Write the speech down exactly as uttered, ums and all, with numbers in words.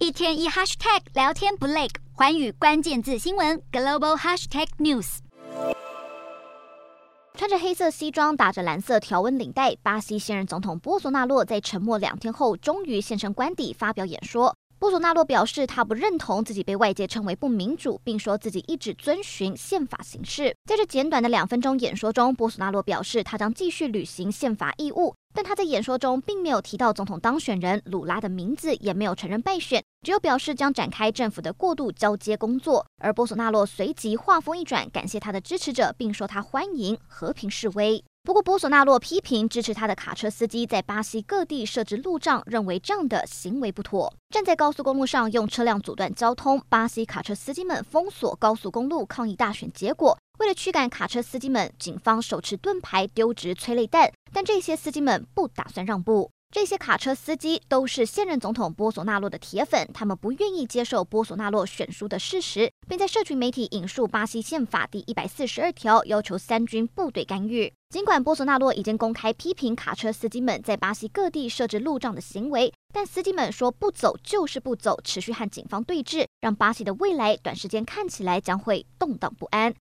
一天一 hashtag 聊天不累，寰宇关键字新闻 global hashtag news。 穿着黑色西装，打着蓝色条纹领带，巴西现任总统波索纳洛在沉默两天后，终于现身官邸发表演说。波索纳洛表示，他不认同自己被外界称为不民主，并说自己一直遵循宪法行事。在这简短的两分钟演说中，波索纳洛表示，他将继续履行宪法义务，但他在演说中并没有提到总统当选人鲁拉的名字，也没有承认败选，只有表示将展开政府的过渡交接工作。而波索纳洛随即话锋一转，感谢他的支持者，并说他欢迎和平示威。不过，波索纳洛批评支持他的卡车司机在巴西各地设置路障，认为这样的行为不妥。站在高速公路上用车辆阻断交通，巴西卡车司机们封锁高速公路抗议大选结果。为了驱赶卡车司机们，警方手持盾牌丢掷催泪弹，但这些司机们不打算让步。这些卡车司机都是现任总统波索纳洛的铁粉，他们不愿意接受波索纳洛选输的事实，并在社群媒体引述巴西宪法第一百四十二条，要求三军部队干预。尽管波索纳洛已经公开批评卡车司机们在巴西各地设置路障的行为，但司机们说不走就是不走，持续和警方对峙，让巴西的未来短时间看起来将会动荡不安。